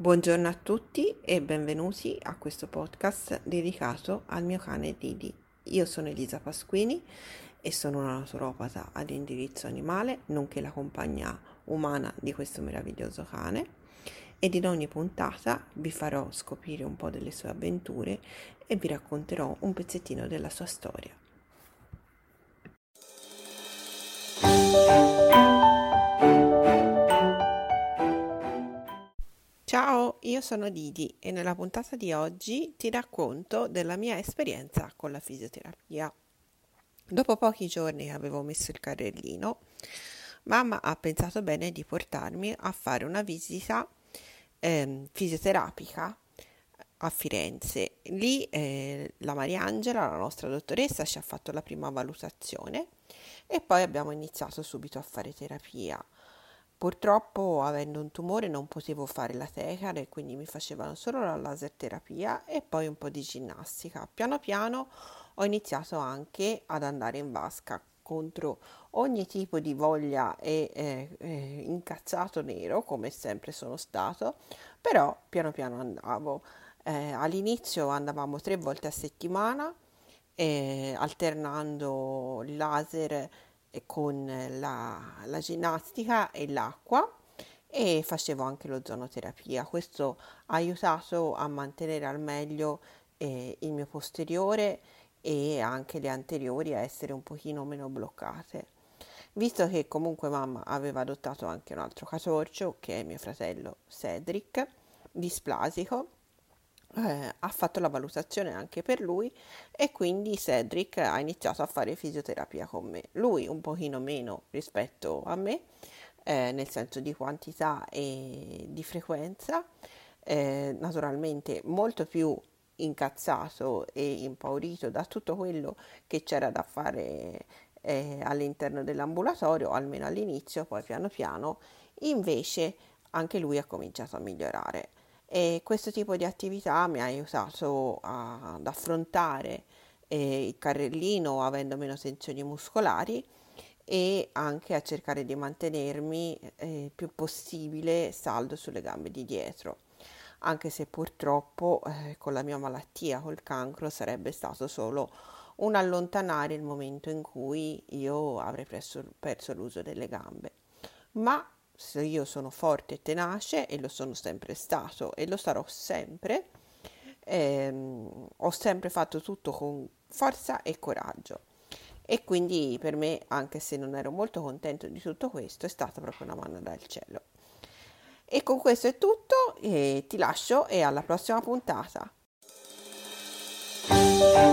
Buongiorno a tutti e benvenuti a questo podcast dedicato al mio cane Didi. Io sono Elisa Pasquini e sono una naturopata ad indirizzo animale, nonché la compagna umana di questo meraviglioso cane, ed in ogni puntata vi farò scoprire un po' delle sue avventure e vi racconterò un pezzettino della sua storia. Ciao, io sono Didi e nella puntata di oggi ti racconto della mia esperienza con la fisioterapia. Dopo pochi giorni che avevo messo il carrellino, mamma ha pensato bene di portarmi a fare una visita fisioterapica a Firenze. Lì la Mariangela, la nostra dottoressa, ci ha fatto la prima valutazione e poi abbiamo iniziato subito a fare terapia. Purtroppo, avendo un tumore, non potevo fare la tecar e quindi mi facevano solo la laser terapia e poi un po' di ginnastica. Piano piano ho iniziato anche ad andare in vasca contro ogni tipo di voglia e incazzato nero, come sempre sono stato, però piano piano andavo. All'inizio andavamo 3 volte a settimana, alternando il laser con la ginnastica e l'acqua, e facevo anche l'ozonoterapia. Questo ha aiutato a mantenere al meglio il mio posteriore e anche le anteriori a essere un pochino meno bloccate. Visto che comunque mamma aveva adottato anche un altro catorcio, che è mio fratello Cedric, displasico, ha fatto la valutazione anche per lui e quindi Cedric ha iniziato a fare fisioterapia con me. Lui un pochino meno rispetto a me, nel senso di quantità e di frequenza, naturalmente molto più incazzato e impaurito da tutto quello che c'era da fare all'interno dell'ambulatorio, almeno all'inizio. Poi piano piano invece anche lui ha cominciato a migliorare. E questo tipo di attività mi ha aiutato ad affrontare il carrellino avendo meno tensioni muscolari e anche a cercare di mantenermi il più possibile saldo sulle gambe di dietro, anche se purtroppo con la mia malattia, col cancro, sarebbe stato solo un allontanare il momento in cui io avrei perso l'uso delle gambe. Ma se io sono forte e tenace, e lo sono sempre stato e lo sarò sempre, ho sempre fatto tutto con forza e coraggio. E quindi per me, anche se non ero molto contento di tutto questo, è stata proprio una mano dal cielo. E con questo è tutto, e ti lascio e alla prossima puntata.